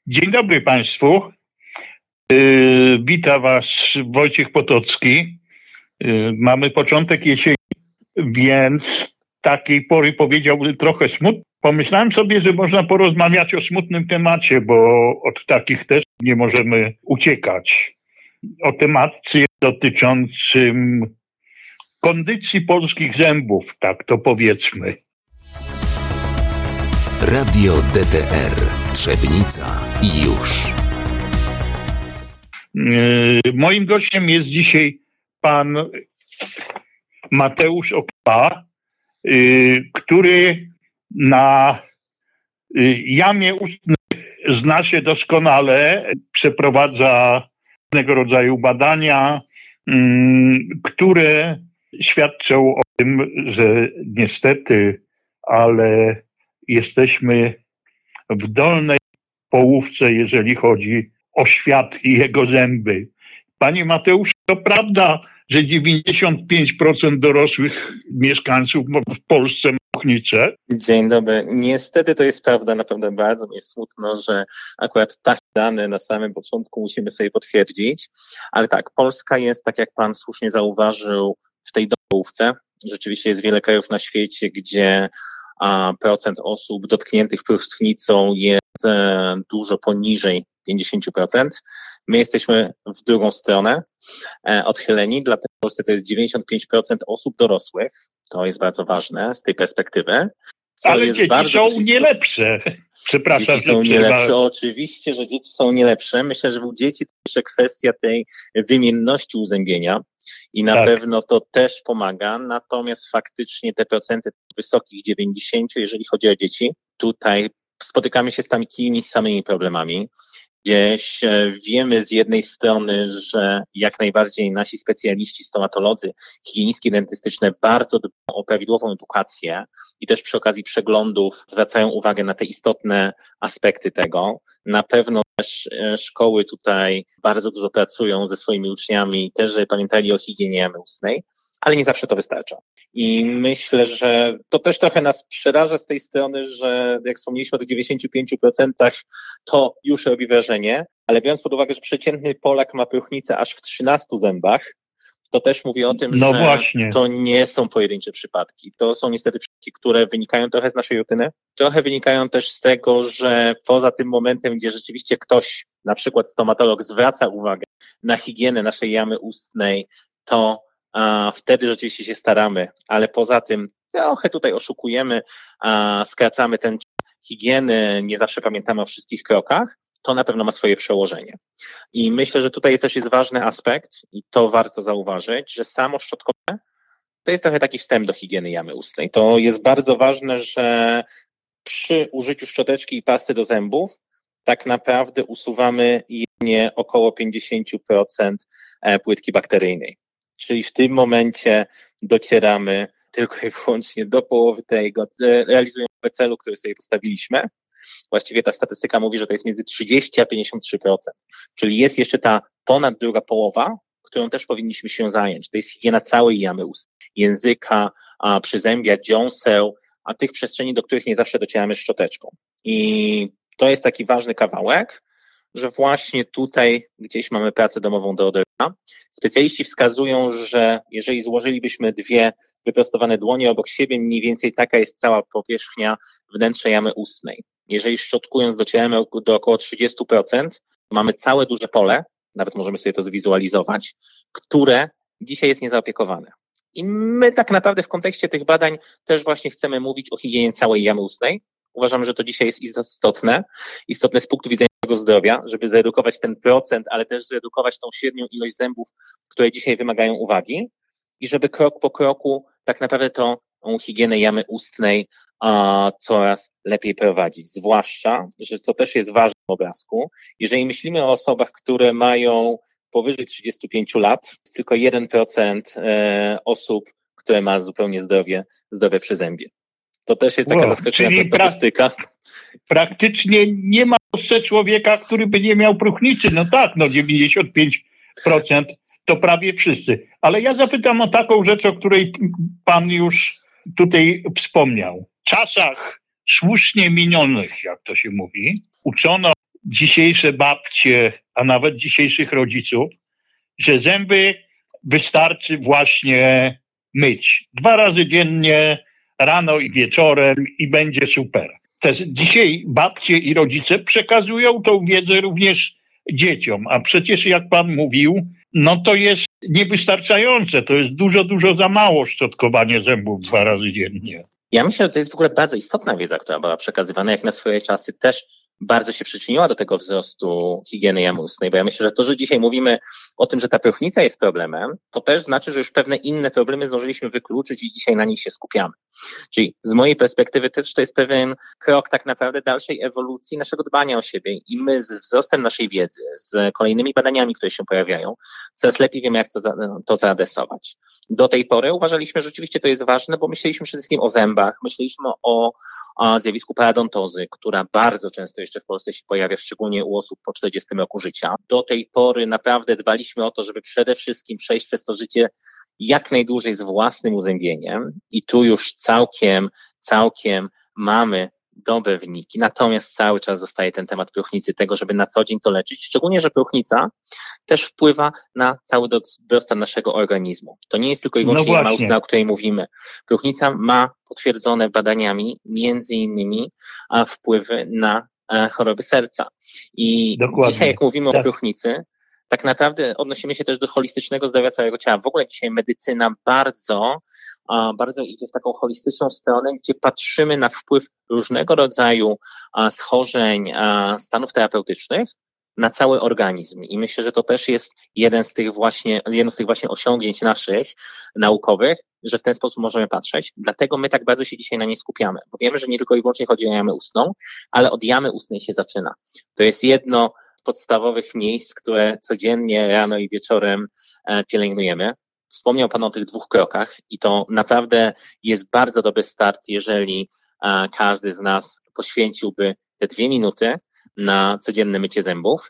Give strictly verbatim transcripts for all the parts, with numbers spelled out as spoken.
Dzień dobry Państwu. Yy, witam Was Wojciech Potocki. Yy, mamy początek jesieni, więc takiej pory powiedziałbym trochę smutno. Pomyślałem sobie, że można porozmawiać o smutnym temacie, bo od takich też nie możemy uciekać. O temacie dotyczącym kondycji polskich zębów, tak to powiedzmy. Radio D T R Trzebnica i już. Moim gościem jest dzisiaj pan Mateusz Okpa, który na jamie ustnej zna się doskonale, przeprowadza różnego rodzaju badania, które świadczą o tym, że niestety, ale jesteśmy w dolnej połówce, jeżeli chodzi o świat i jego zęby. Panie Mateuszu, to prawda, że dziewięćdziesiąt pięć procent dorosłych mieszkańców w Polsce ma próchnicę? Dzień dobry. Niestety to jest prawda, naprawdę bardzo mi jest smutno, że akurat takie dane na samym początku musimy sobie potwierdzić. Ale tak, Polska jest, tak jak pan słusznie zauważył, w tej połówce. Rzeczywiście jest wiele krajów na świecie, gdzie a procent osób dotkniętych próchnicą jest e, dużo poniżej pięćdziesiąt procent. My jesteśmy w drugą stronę e, odchyleni, dlatego w Polsce to jest dziewięćdziesiąt pięć procent osób dorosłych. To jest bardzo ważne z tej perspektywy. Ale dzieci są nie lepsze. Przepraszam, dzieci są nie lepsze. Oczywiście, że dzieci są nie lepsze. Myślę, że u dzieci to jeszcze kwestia tej wymienności uzębienia. I na tak. pewno to też pomaga, natomiast faktycznie te procenty wysokich dziewięćdziesiąt, jeżeli chodzi o dzieci, tutaj spotykamy się z takimi samymi problemami. Gdzieś wiemy z jednej strony, że jak najbardziej nasi specjaliści, stomatolodzy, higienistki dentystyczne bardzo dbają o prawidłową edukację i też przy okazji przeglądów zwracają uwagę na te istotne aspekty tego. Na pewno też szkoły tutaj bardzo dużo pracują ze swoimi uczniami, też żeby pamiętali o higienie jamy ustnej, ale nie zawsze to wystarcza. I myślę, że to też trochę nas przeraża z tej strony, że jak wspomnieliśmy o tych dziewięćdziesięciu pięciu procentach, to już robi wrażenie, ale biorąc pod uwagę, że przeciętny Polak ma próchnicę aż w trzynastu zębach, to też mówi o tym, no że właśnie. To nie są pojedyncze przypadki. To są niestety przypadki, które wynikają trochę z naszej rutyny. Trochę wynikają też z tego, że poza tym momentem, gdzie rzeczywiście ktoś, na przykład stomatolog, zwraca uwagę na higienę naszej jamy ustnej, to a, wtedy rzeczywiście się staramy, ale poza tym trochę tutaj oszukujemy, a, skracamy ten czas higieny, nie zawsze pamiętamy o wszystkich krokach. To na pewno ma swoje przełożenie. I myślę, że tutaj też jest ważny aspekt i to warto zauważyć, że samo szczotkowanie to jest trochę taki wstęp do higieny jamy ustnej. To jest bardzo ważne, że przy użyciu szczoteczki i pasty do zębów tak naprawdę usuwamy jedynie około pięćdziesiąt procent płytki bakteryjnej. Czyli w tym momencie docieramy tylko i wyłącznie do połowy tego, realizujemy celu, który sobie postawiliśmy. Właściwie ta statystyka mówi, że to jest między trzydzieści a pięćdziesiąt trzy procent. Czyli jest jeszcze ta ponad druga połowa, którą też powinniśmy się zająć. To jest higiena całej jamy ustnej, języka, a przyzębia, dziąseł, a tych przestrzeni, do których nie zawsze docieramy szczoteczką. I to jest taki ważny kawałek, że właśnie tutaj gdzieś mamy pracę domową do oderwania. Specjaliści wskazują, że jeżeli złożylibyśmy dwie wyprostowane dłonie obok siebie, mniej więcej taka jest cała powierzchnia wnętrza jamy ustnej. Jeżeli szczotkując docieramy do około trzydzieści procent, mamy całe duże pole, nawet możemy sobie to zwizualizować, które dzisiaj jest niezaopiekowane. I my tak naprawdę w kontekście tych badań też właśnie chcemy mówić o higienie całej jamy ustnej. Uważam, że to dzisiaj jest istotne, istotne z punktu widzenia zdrowia, żeby zedukować ten procent, ale też zedukować tą średnią ilość zębów, które dzisiaj wymagają uwagi i żeby krok po kroku tak naprawdę tą higienę jamy ustnej a, coraz lepiej prowadzić. Zwłaszcza, że co też jest ważne w obrazku, jeżeli myślimy o osobach, które mają powyżej trzydziestu pięciu lat, jest tylko jeden procent e, osób, które ma zupełnie zdrowie, zdrowe przyzębie. To też jest taka wow, zaskakująca statystyka. Pra- praktycznie nie ma jeszcze człowieka, który by nie miał próchnicy. No tak, no dziewięćdziesiąt pięć procent to prawie wszyscy. Ale ja zapytam o taką rzecz, o której pan już tutaj wspomniał. W czasach słusznie minionych, jak to się mówi, uczono dzisiejsze babcie, a nawet dzisiejszych rodziców, że zęby wystarczy właśnie myć. Dwa razy dziennie, rano i wieczorem i będzie super. Też dzisiaj babcie i rodzice przekazują tą wiedzę również dzieciom, a przecież jak pan mówił, no to jest niewystarczające, to jest dużo, dużo za mało szczotkowanie zębów dwa razy dziennie. Ja myślę, że to jest w ogóle bardzo istotna wiedza, która była przekazywana, jak na swoje czasy też bardzo się przyczyniła do tego wzrostu higieny jamy ustnej, bo ja myślę, że to, że dzisiaj mówimy o tym, że ta próchnica jest problemem, to też znaczy, że już pewne inne problemy zdążyliśmy wykluczyć i dzisiaj na nich się skupiamy. Czyli z mojej perspektywy też to jest pewien krok tak naprawdę dalszej ewolucji naszego dbania o siebie i my z wzrostem naszej wiedzy, z kolejnymi badaniami, które się pojawiają, coraz lepiej wiemy, jak to, to zaadresować. Do tej pory uważaliśmy, że rzeczywiście to jest ważne, bo myśleliśmy przede wszystkim o zębach, myśleliśmy o o zjawisku parodontozy, która bardzo często jeszcze w Polsce się pojawia, szczególnie u osób po czterdziestym roku życia. Do tej pory naprawdę dbaliśmy o to, żeby przede wszystkim przejść przez to życie jak najdłużej z własnym uzębieniem i tu już całkiem, całkiem mamy dobre wyniki. Natomiast cały czas zostaje ten temat próchnicy, tego, żeby na co dzień to leczyć, szczególnie, że próchnica też wpływa na cały dobrostan naszego organizmu. To nie jest tylko i wyłącznie no jama ustna, o której mówimy. Próchnica ma potwierdzone badaniami między innymi wpływy na choroby serca. I Dokładnie. Dzisiaj, jak mówimy tak. o próchnicy, tak naprawdę odnosimy się też do holistycznego zdrowia całego ciała. W ogóle dzisiaj medycyna bardzo bardzo idzie w taką holistyczną stronę, gdzie patrzymy na wpływ różnego rodzaju schorzeń, stanów terapeutycznych na cały organizm. I myślę, że to też jest jeden z tych właśnie, jedno z tych właśnie osiągnięć naszych naukowych, że w ten sposób możemy patrzeć. Dlatego my tak bardzo się dzisiaj na nie skupiamy, bo wiemy, że nie tylko i wyłącznie chodzi o jamę ustną, ale od jamy ustnej się zaczyna. To jest jedno z podstawowych miejsc, które codziennie rano i wieczorem pielęgnujemy. Wspomniał Pan o tych dwóch krokach i to naprawdę jest bardzo dobry start, jeżeli a, każdy z nas poświęciłby te dwie minuty na codzienne mycie zębów.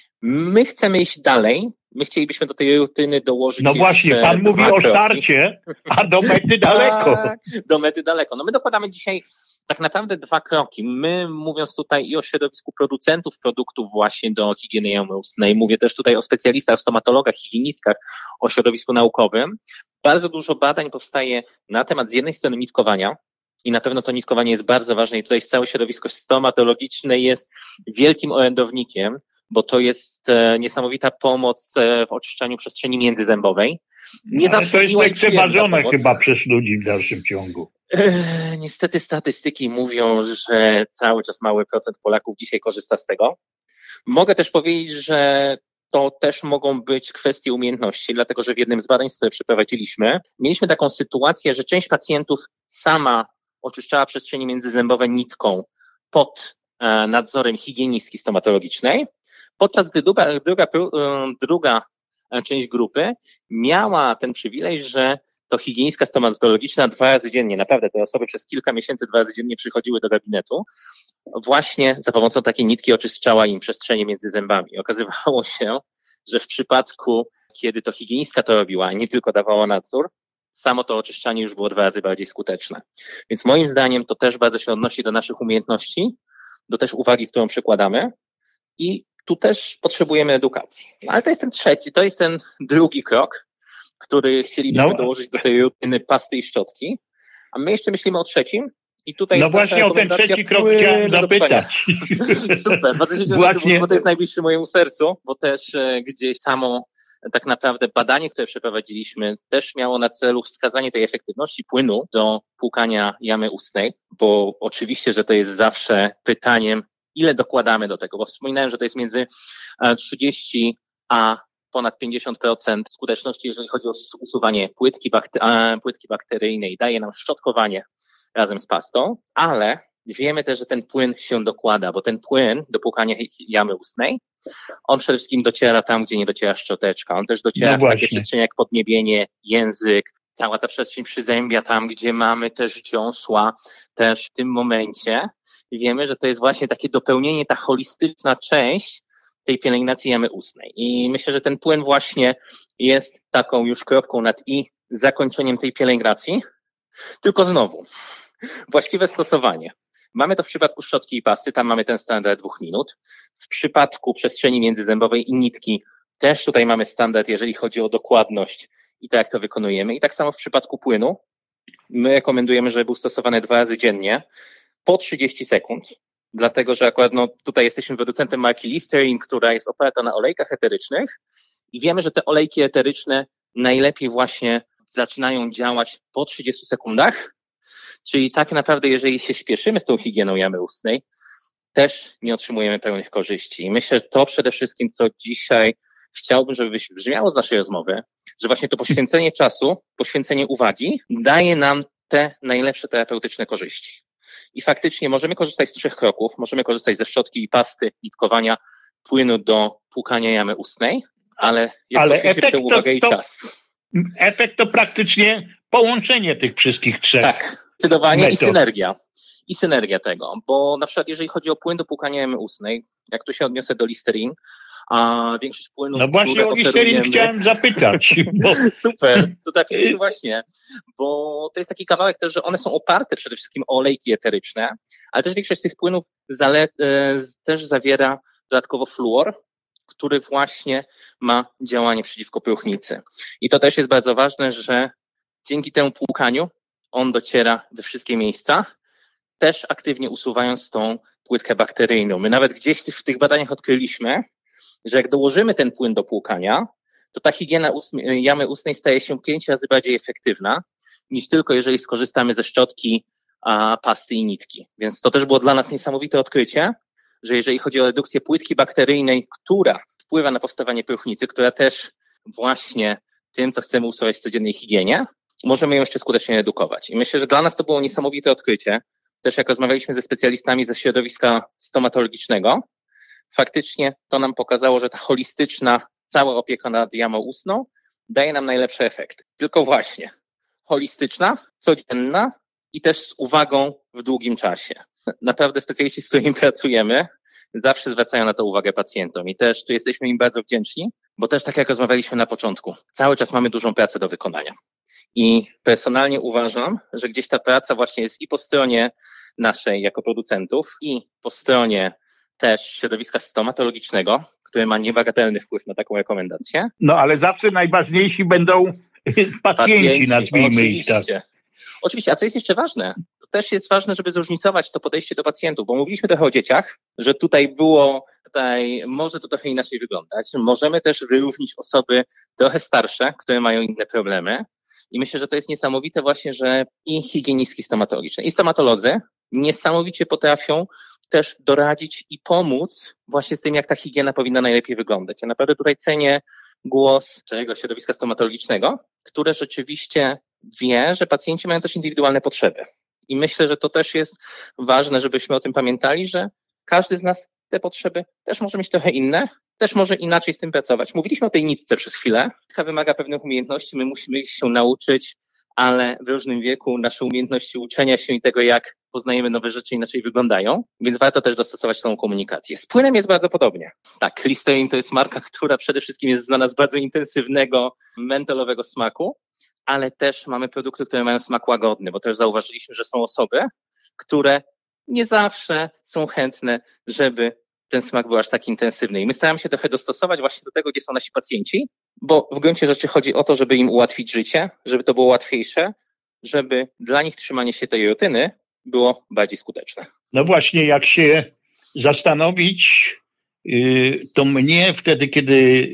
My chcemy iść dalej. My chcielibyśmy do tej rutyny dołożyć No właśnie, Pan mówi o starcie, a do mety daleko. Do mety daleko. No my dokładamy dzisiaj tak naprawdę dwa kroki. My, mówiąc tutaj i o środowisku producentów produktów właśnie do higieny jamy ustnej, mówię też tutaj o specjalistach, stomatologach, higienistkach, o środowisku naukowym. Bardzo dużo badań powstaje na temat z jednej strony nitkowania i na pewno to nitkowanie jest bardzo ważne i tutaj całe środowisko stomatologiczne jest wielkim orędownikiem, bo to jest e, niesamowita pomoc e, w oczyszczaniu przestrzeni międzyzębowej. Nie Ale to jest lekceważone chyba przez ludzi w dalszym ciągu. E, niestety statystyki mówią, że cały czas mały procent Polaków dzisiaj korzysta z tego. Mogę też powiedzieć, że to też mogą być kwestie umiejętności, dlatego że w jednym z badań, które przeprowadziliśmy, mieliśmy taką sytuację, że część pacjentów sama oczyszczała przestrzenie międzyzębowe nitką pod e, nadzorem higienistki stomatologicznej, podczas gdy druga, druga, druga część grupy miała ten przywilej, że to higienistka stomatologiczna dwa razy dziennie, naprawdę te osoby przez kilka miesięcy dwa razy dziennie przychodziły do gabinetu, właśnie za pomocą takiej nitki oczyszczała im przestrzenie między zębami. Okazywało się, że w przypadku, kiedy to higienistka to robiła, nie tylko dawała nadzór, samo to oczyszczanie już było dwa razy bardziej skuteczne. Więc moim zdaniem to też bardzo się odnosi do naszych umiejętności, do też uwagi, którą przykładamy i tu też potrzebujemy edukacji. Ale to jest ten trzeci, to jest ten drugi krok, który chcielibyśmy no. dołożyć do tej rutyny pasty i szczotki, a my jeszcze myślimy o trzecim. I tutaj no właśnie o ten trzeci krok chciałem zapytać. Super, bardzo się cieszę, właśnie. Bo to jest najbliższy mojemu sercu, bo też e, gdzieś samo tak naprawdę badanie, które przeprowadziliśmy, też miało na celu wskazanie tej efektywności płynu do płukania jamy ustnej, bo oczywiście, że to jest zawsze pytaniem, ile dokładamy do tego, bo wspominałem, że to jest między trzydzieści a ponad pięćdziesiąt procent skuteczności, jeżeli chodzi o usuwanie płytki, bakte- płytki bakteryjnej, daje nam szczotkowanie razem z pastą, ale wiemy też, że ten płyn się dokłada, bo ten płyn do płukania jamy ustnej, on przede wszystkim dociera tam, gdzie nie dociera szczoteczka. On też dociera no w takie przestrzenie jak podniebienie, język, cała ta przestrzeń przyzębia, tam gdzie mamy też dziąsła, też w tym momencie wiemy, że to jest właśnie takie dopełnienie, ta holistyczna część tej pielęgnacji jamy ustnej. I myślę, że ten płyn właśnie jest taką już kropką nad i zakończeniem tej pielęgnacji, tylko znowu właściwe stosowanie. Mamy to w przypadku szczotki i pasty, tam mamy ten standard dwóch minut. W przypadku przestrzeni międzyzębowej i nitki też tutaj mamy standard, jeżeli chodzi o dokładność i tak jak to wykonujemy. I tak samo w przypadku płynu. My rekomendujemy, żeby był stosowany dwa razy dziennie po trzydzieści sekund, dlatego że akurat no, tutaj jesteśmy producentem marki Listerine, która jest oparta na olejkach eterycznych i wiemy, że te olejki eteryczne najlepiej właśnie zaczynają działać po trzydziestu sekundach, czyli tak naprawdę jeżeli się śpieszymy z tą higieną jamy ustnej, też nie otrzymujemy pełnych korzyści. I myślę, że to przede wszystkim, co dzisiaj chciałbym, żeby brzmiało z naszej rozmowy, że właśnie to poświęcenie czasu, poświęcenie uwagi daje nam te najlepsze terapeutyczne korzyści. I faktycznie możemy korzystać z trzech kroków. Możemy korzystać ze szczotki i pasty, nitkowania, płynu do płukania jamy ustnej, ale jak ale poświęcimy tę uwagę to, to, i czas. Efekt to praktycznie połączenie tych wszystkich trzech. Tak, zdecydowanie metod. i synergia. I synergia tego, bo na przykład jeżeli chodzi o płyn do płukania jamy ustnej, jak tu się odniosę do Listerine, a większość płynów, No właśnie o Listerine chciałem zapytać. Bo... Super, to tak właśnie, bo to jest taki kawałek też, że one są oparte przede wszystkim o olejki eteryczne, ale też większość z tych płynów zale- też zawiera dodatkowo fluor, który właśnie ma działanie przeciwko próchnicy. I to też jest bardzo ważne, że dzięki temu płukaniu on dociera we wszystkie miejsca, też aktywnie usuwając tą płytkę bakteryjną. My nawet gdzieś w tych badaniach odkryliśmy, że jak dołożymy ten płyn do płukania, to ta higiena ust- jamy ustnej staje się pięć razy bardziej efektywna niż tylko jeżeli skorzystamy ze szczotki, a, pasty i nitki. Więc to też było dla nas niesamowite odkrycie, że jeżeli chodzi o redukcję płytki bakteryjnej, która wpływa na powstawanie próchnicy, która też właśnie tym, co chcemy usuwać w codziennej higienie, możemy ją jeszcze skutecznie redukować. I myślę, że dla nas to było niesamowite odkrycie. Też jak rozmawialiśmy ze specjalistami ze środowiska stomatologicznego, faktycznie to nam pokazało, że ta holistyczna cała opieka nad jamą ustną daje nam najlepsze efekty. Tylko właśnie holistyczna, codzienna i też z uwagą w długim czasie. Naprawdę specjaliści, z którymi pracujemy, zawsze zwracają na to uwagę pacjentom i też tu jesteśmy im bardzo wdzięczni, bo też tak jak rozmawialiśmy na początku, cały czas mamy dużą pracę do wykonania. I personalnie uważam, że gdzieś ta praca właśnie jest i po stronie naszej jako producentów i po stronie też środowiska stomatologicznego, które ma niebagatelny wpływ na taką rekomendację. No ale zawsze najważniejsi będą pacjenci, pacjenci nazwijmy ich tak. Oczywiście, a co jest jeszcze ważne? To też jest ważne, żeby zróżnicować to podejście do pacjentów, bo mówiliśmy trochę o dzieciach, że tutaj było, tutaj może to trochę inaczej wyglądać. Możemy też wyróżnić osoby trochę starsze, które mają inne problemy. I myślę, że to jest niesamowite właśnie, że i higienistki stomatologiczne, i stomatolodzy niesamowicie potrafią też doradzić i pomóc właśnie z tym, jak ta higiena powinna najlepiej wyglądać. Ja naprawdę tutaj cenię głos całego środowiska stomatologicznego, które rzeczywiście wie, że pacjenci mają też indywidualne potrzeby. I myślę, że to też jest ważne, żebyśmy o tym pamiętali, że każdy z nas te potrzeby też może mieć trochę inne, też może inaczej z tym pracować. Mówiliśmy o tej nitce przez chwilę, która wymaga pewnych umiejętności, my musimy się nauczyć, ale w różnym wieku nasze umiejętności uczenia się i tego, jak poznajemy nowe rzeczy, inaczej wyglądają, więc warto też dostosować tą komunikację. Z płynem jest bardzo podobnie. Tak, Listerine to jest marka, która przede wszystkim jest znana z bardzo intensywnego, mentolowego smaku, ale też mamy produkty, które mają smak łagodny, bo też zauważyliśmy, że są osoby, które nie zawsze są chętne, żeby ten smak był aż tak intensywny. I my staramy się trochę dostosować właśnie do tego, gdzie są nasi pacjenci, bo w gruncie rzeczy chodzi o to, żeby im ułatwić życie, żeby to było łatwiejsze, żeby dla nich trzymanie się tej rutyny było bardziej skuteczne. No właśnie, jak się zastanowić, to mnie wtedy, kiedy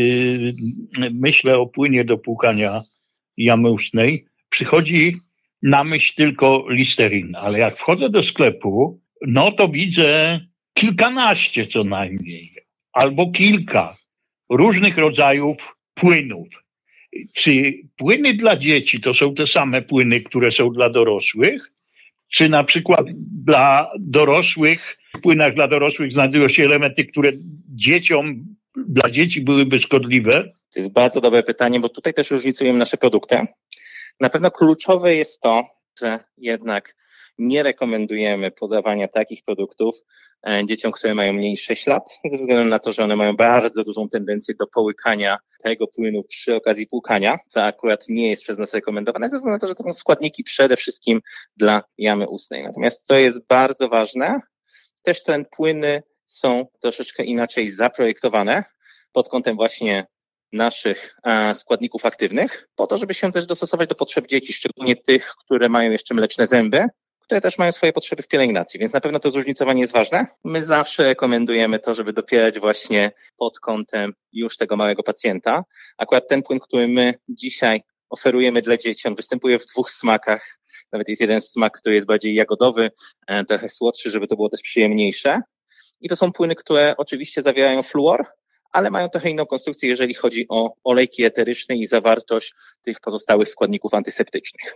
myślę o płynie do płukania jamy ustnej, przychodzi na myśl tylko Listerine, ale jak wchodzę do sklepu, no to widzę kilkanaście co najmniej, albo kilka różnych rodzajów płynów. Czy płyny dla dzieci to są te same płyny, które są dla dorosłych? Czy na przykład dla dorosłych, w płynach dla dorosłych znajdują się elementy, które dzieciom, dla dzieci byłyby szkodliwe? To jest bardzo dobre pytanie, bo tutaj też różnicujemy nasze produkty. Na pewno kluczowe jest to, że jednak nie rekomendujemy podawania takich produktów dzieciom, które mają mniej niż sześć lat, ze względu na to, że one mają bardzo dużą tendencję do połykania tego płynu przy okazji płukania, co akurat nie jest przez nas rekomendowane, ze względu na to, że to są składniki przede wszystkim dla jamy ustnej. Natomiast co jest bardzo ważne, też te płyny są troszeczkę inaczej zaprojektowane pod kątem właśnie naszych e, składników aktywnych, po to, żeby się też dostosować do potrzeb dzieci, szczególnie tych, które mają jeszcze mleczne zęby, które też mają swoje potrzeby w pielęgnacji, więc na pewno to zróżnicowanie jest ważne. My zawsze rekomendujemy to, żeby dopierać właśnie pod kątem już tego małego pacjenta. Akurat ten płyn, który my dzisiaj oferujemy dla dzieci, on występuje w dwóch smakach. Nawet jest jeden smak, który jest bardziej jagodowy, e, trochę słodszy, żeby to było też przyjemniejsze. I to są płyny, które oczywiście zawierają fluor, ale mają trochę inną konstrukcję, jeżeli chodzi o olejki eteryczne i zawartość tych pozostałych składników antyseptycznych.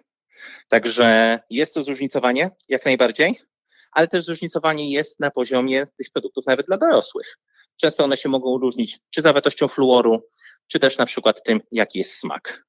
Także jest to zróżnicowanie, jak najbardziej, ale też zróżnicowanie jest na poziomie tych produktów nawet dla dorosłych. Często one się mogą różnić czy zawartością fluoru, czy też na przykład tym, jaki jest smak.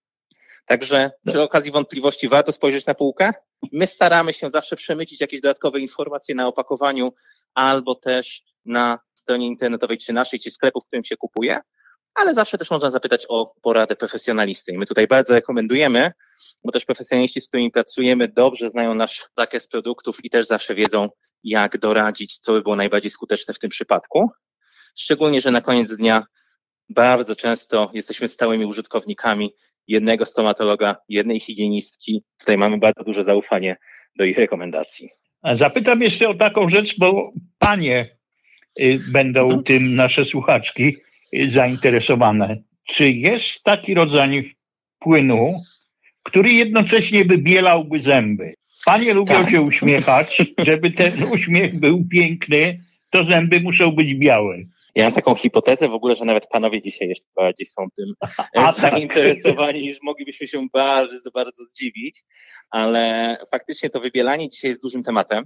Także przy okazji wątpliwości warto spojrzeć na półkę. My staramy się zawsze przemycić jakieś dodatkowe informacje na opakowaniu albo też na stronie internetowej, czy naszej, czy sklepu, w którym się kupuje, ale zawsze też można zapytać o poradę profesjonalisty. I my tutaj bardzo rekomendujemy, bo też profesjonaliści, z którymi pracujemy, dobrze znają nasz zakres produktów i też zawsze wiedzą, jak doradzić, co by było najbardziej skuteczne w tym przypadku. Szczególnie, że na koniec dnia bardzo często jesteśmy stałymi użytkownikami jednego stomatologa, jednej higienistki. Tutaj mamy bardzo duże zaufanie do ich rekomendacji. Zapytam jeszcze o taką rzecz, bo panie y, będą mhm. tym, nasze słuchaczki, y, zainteresowane. Czy jest taki rodzaj płynu, który jednocześnie wybielałby zęby? Panie lubią tak. się uśmiechać. Żeby ten uśmiech był piękny, to zęby muszą być białe. Ja mam taką hipotezę w ogóle, że nawet panowie dzisiaj jeszcze bardziej są tym A, zainteresowani, tak. iż moglibyśmy się bardzo, bardzo zdziwić, ale faktycznie to wybielanie dzisiaj jest dużym tematem.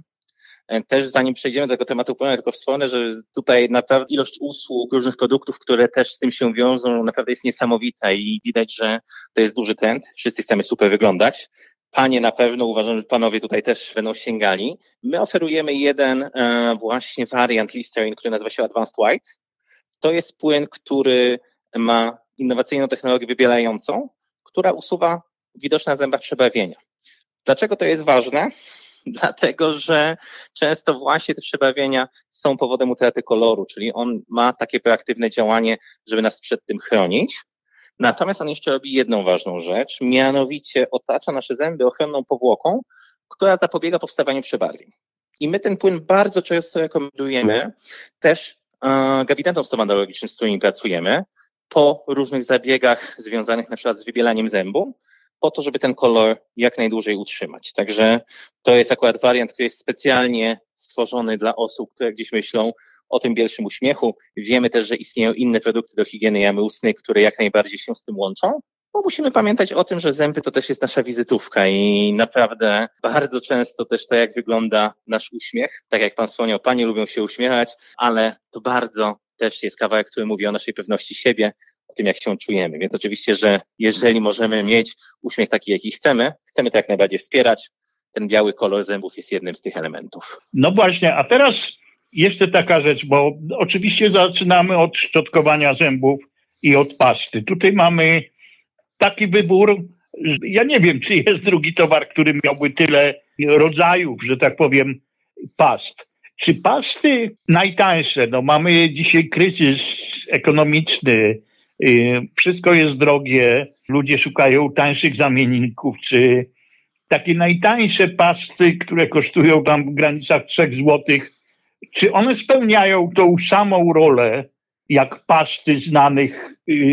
Też zanim przejdziemy do tego tematu, powiem tylko wspomnę, że tutaj naprawdę ilość usług, różnych produktów, które też z tym się wiążą, naprawdę jest niesamowita i widać, że to jest duży trend. Wszyscy chcemy super wyglądać. Panie na pewno, uważam, że panowie tutaj też będą sięgali. My oferujemy jeden e, właśnie wariant Listerine, który nazywa się Advanced White. To jest płyn, który ma innowacyjną technologię wybielającą, która usuwa widoczne na zębach przebarwienia. Dlaczego to jest ważne? Dlatego, że często właśnie te przebarwienia są powodem utraty koloru, czyli on ma takie proaktywne działanie, żeby nas przed tym chronić. Natomiast on jeszcze robi jedną ważną rzecz, mianowicie otacza nasze zęby ochronną powłoką, która zapobiega powstawaniu przebarwień. I my ten płyn bardzo często rekomendujemy też e, gabinetom stomatologicznym, z którymi pracujemy, po różnych zabiegach związanych na przykład z wybielaniem zębu, po to, żeby ten kolor jak najdłużej utrzymać. Także to jest akurat wariant, który jest specjalnie stworzony dla osób, które gdzieś myślą o tym bielszym uśmiechu. Wiemy też, że istnieją inne produkty do higieny jamy ustnej, które jak najbardziej się z tym łączą, bo musimy pamiętać o tym, że zęby to też jest nasza wizytówka i naprawdę bardzo często też to, jak wygląda nasz uśmiech. Tak jak pan wspomniał, panie lubią się uśmiechać, ale to bardzo też jest kawałek, który mówi o naszej pewności siebie, o tym, jak się czujemy. Więc oczywiście, że jeżeli możemy mieć uśmiech taki, jaki chcemy, chcemy to jak najbardziej wspierać. Ten biały kolor zębów jest jednym z tych elementów. No właśnie, a teraz jeszcze taka rzecz, bo oczywiście zaczynamy od szczotkowania zębów i od pasty. Tutaj mamy taki wybór, ja nie wiem, czy jest drugi towar, który miałby tyle rodzajów, że tak powiem, past. Czy pasty najtańsze, no mamy dzisiaj kryzys ekonomiczny, wszystko jest drogie, ludzie szukają tańszych zamienników, czy takie najtańsze pasty, które kosztują tam w granicach trzech złotych, czy one spełniają tą samą rolę jak pasty znanych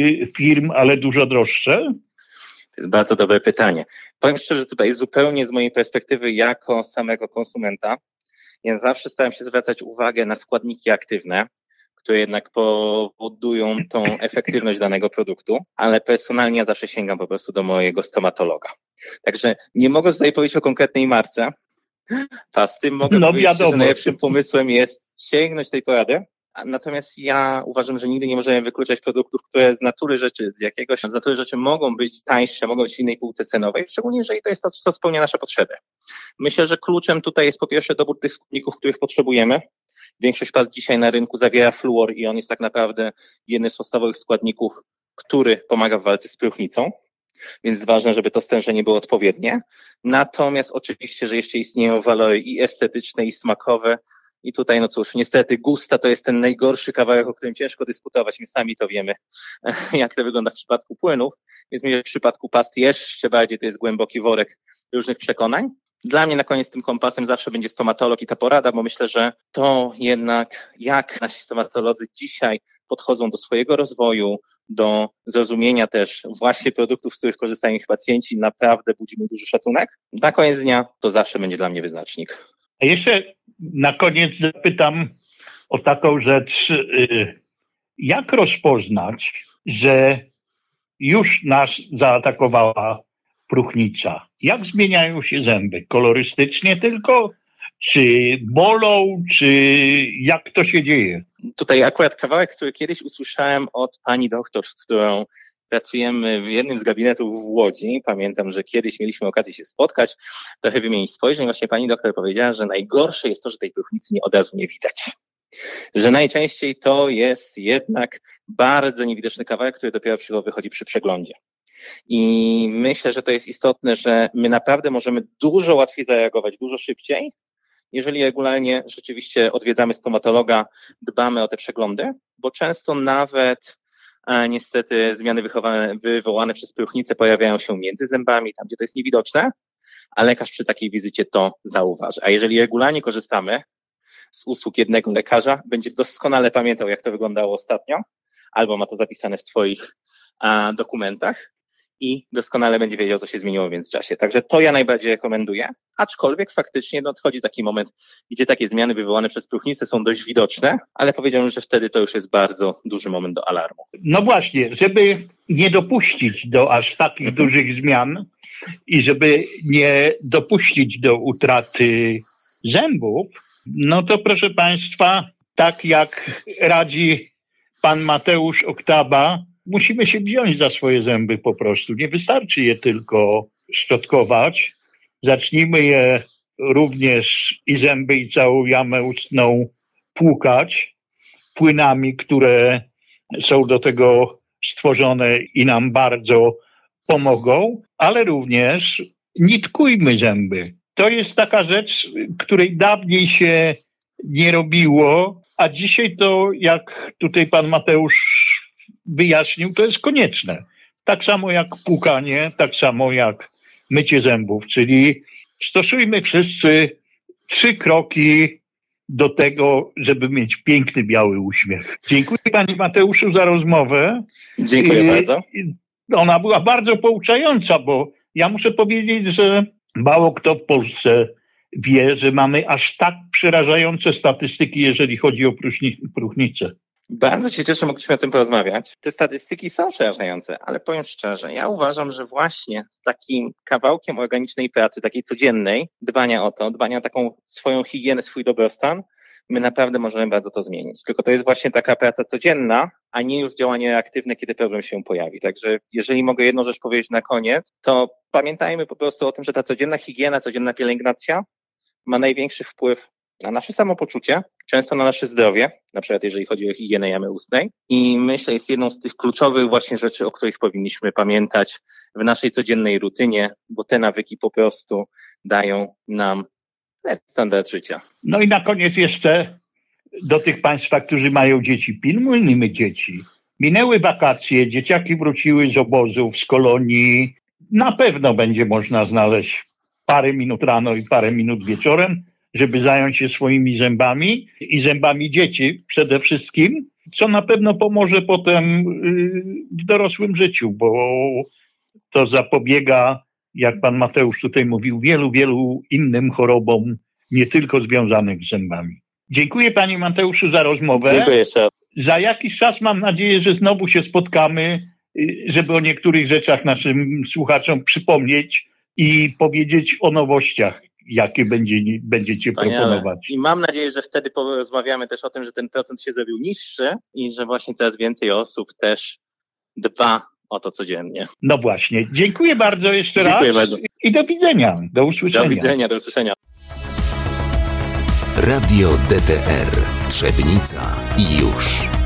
firm, ale dużo droższe? To jest bardzo dobre pytanie. Powiem szczerze, tutaj zupełnie z mojej perspektywy jako samego konsumenta, ja zawsze staram się zwracać uwagę na składniki aktywne, które jednak powodują tą efektywność danego produktu, ale personalnie ja zawsze sięgam po prostu do mojego stomatologa. Także nie mogę tutaj powiedzieć o konkretnej marce pasty, mogę no, powiedzieć, wiadomo. że najlepszym pomysłem jest sięgnąć tej porady. Natomiast ja uważam, że nigdy nie możemy wykluczać produktów, które z natury rzeczy, z jakiegoś, z natury rzeczy mogą być tańsze, mogą być w innej półce cenowej, szczególnie jeżeli to jest to, co spełnia nasze potrzeby. Myślę, że kluczem tutaj jest po pierwsze dobór tych składników, których potrzebujemy. Większość past dzisiaj na rynku zawiera fluor i on jest tak naprawdę jednym z podstawowych składników, który pomaga w walce z próchnicą. Więc ważne, żeby to stężenie było odpowiednie. Natomiast oczywiście, że jeszcze istnieją walory i estetyczne, i smakowe. I tutaj, no cóż, niestety gusta to jest ten najgorszy kawałek, o którym ciężko dyskutować. My sami to wiemy, jak to wygląda w przypadku płynów. Więc w przypadku past jeszcze bardziej to jest głęboki worek różnych przekonań. Dla mnie na koniec tym kompasem zawsze będzie stomatolog i ta porada, bo myślę, że to jednak jak nasi stomatolodzy dzisiaj podchodzą do swojego rozwoju, do zrozumienia też właśnie produktów, z których korzystają ich pacjenci, naprawdę budzi mi duży szacunek. Na koniec dnia to zawsze będzie dla mnie wyznacznik. A jeszcze na koniec zapytam o taką rzecz. Jak rozpoznać, że już nas zaatakowała próchnica? Jak zmieniają się zęby? Kolorystycznie tylko? Czy bolą? Czy jak to się dzieje? Tutaj akurat kawałek, który kiedyś usłyszałem od pani doktor, z którą pracujemy w jednym z gabinetów w Łodzi. Pamiętam, że kiedyś mieliśmy okazję się spotkać, trochę wymienić spojrzeń. Właśnie pani doktor powiedziała, że najgorsze jest to, że tej próchnicy nie od razu nie widać. Że najczęściej to jest jednak bardzo niewidoczny kawałek, który dopiero wychodzi przy przeglądzie. I myślę, że to jest istotne, że my naprawdę możemy dużo łatwiej zareagować, dużo szybciej, jeżeli regularnie rzeczywiście odwiedzamy stomatologa, dbamy o te przeglądy, bo często nawet a niestety zmiany wychowane, wywołane przez próchnicę pojawiają się między zębami, tam gdzie to jest niewidoczne, a lekarz przy takiej wizycie to zauważy. A jeżeli regularnie korzystamy z usług jednego lekarza, będzie doskonale pamiętał, jak to wyglądało ostatnio, albo ma to zapisane w swoich a, dokumentach i doskonale będzie wiedział, co się zmieniło w międzyczasie. Także to ja najbardziej rekomenduję, aczkolwiek faktycznie nadchodzi taki moment, gdzie takie zmiany wywołane przez próchnicę są dość widoczne, ale powiedziałbym, że wtedy to już jest bardzo duży moment do alarmu. No właśnie, żeby nie dopuścić do aż takich mhm. dużych zmian i żeby nie dopuścić do utraty zębów, no to proszę Państwa, tak jak radzi pan Mateusz Oktaba, musimy się wziąć za swoje zęby po prostu. Nie wystarczy je tylko szczotkować. Zacznijmy je również i zęby, i całą jamę ustną płukać płynami, które są do tego stworzone i nam bardzo pomogą, ale również nitkujmy zęby. To jest taka rzecz, której dawniej się nie robiło, a dzisiaj to, jak tutaj pan Mateusz wyjaśnił, to jest konieczne. Tak samo jak płukanie, tak samo jak mycie zębów, czyli stosujmy wszyscy trzy kroki do tego, żeby mieć piękny, biały uśmiech. Dziękuję panie Mateuszu za rozmowę. Dziękuję I, bardzo. Ona była bardzo pouczająca, bo ja muszę powiedzieć, że mało kto w Polsce wie, że mamy aż tak przerażające statystyki, jeżeli chodzi o próchnicę. Bardzo się cieszę, mogliśmy o tym porozmawiać. Te statystyki są przerażające, ale powiem szczerze, ja uważam, że właśnie z takim kawałkiem organicznej pracy, takiej codziennej, dbania o to, dbania o taką swoją higienę, swój dobrostan, my naprawdę możemy bardzo to zmienić. Tylko to jest właśnie taka praca codzienna, a nie już działanie aktywne, kiedy problem się pojawi. Także jeżeli mogę jedną rzecz powiedzieć na koniec, to pamiętajmy po prostu o tym, że ta codzienna higiena, codzienna pielęgnacja ma największy wpływ na nasze samopoczucie, często na nasze zdrowie, na przykład jeżeli chodzi o higienę jamy ustnej. I myślę, jest jedną z tych kluczowych właśnie rzeczy, o których powinniśmy pamiętać w naszej codziennej rutynie, bo te nawyki po prostu dają nam standard życia. No i na koniec jeszcze do tych Państwa, którzy mają dzieci, pilnujmy dzieci. Minęły wakacje, dzieciaki wróciły z obozów, z kolonii. Na pewno będzie można znaleźć parę minut rano i parę minut wieczorem, żeby zająć się swoimi zębami i zębami dzieci przede wszystkim, co na pewno pomoże potem w dorosłym życiu, bo to zapobiega, jak pan Mateusz tutaj mówił, wielu, wielu innym chorobom, nie tylko związanych z zębami. Dziękuję panie Mateuszu za rozmowę. Dziękuję jeszcze raz. Za jakiś czas mam nadzieję, że znowu się spotkamy, żeby o niektórych rzeczach naszym słuchaczom przypomnieć i powiedzieć o nowościach, jakie będzie, będziecie Wspaniale. proponować. I mam nadzieję, że wtedy porozmawiamy też o tym, że ten procent się zrobił niższy i że właśnie coraz więcej osób też dba o to codziennie. No właśnie. Dziękuję bardzo jeszcze Dziękuję raz bardzo. I do widzenia. Do usłyszenia. Do widzenia, do usłyszenia. Radio D T R Trzebnica i już.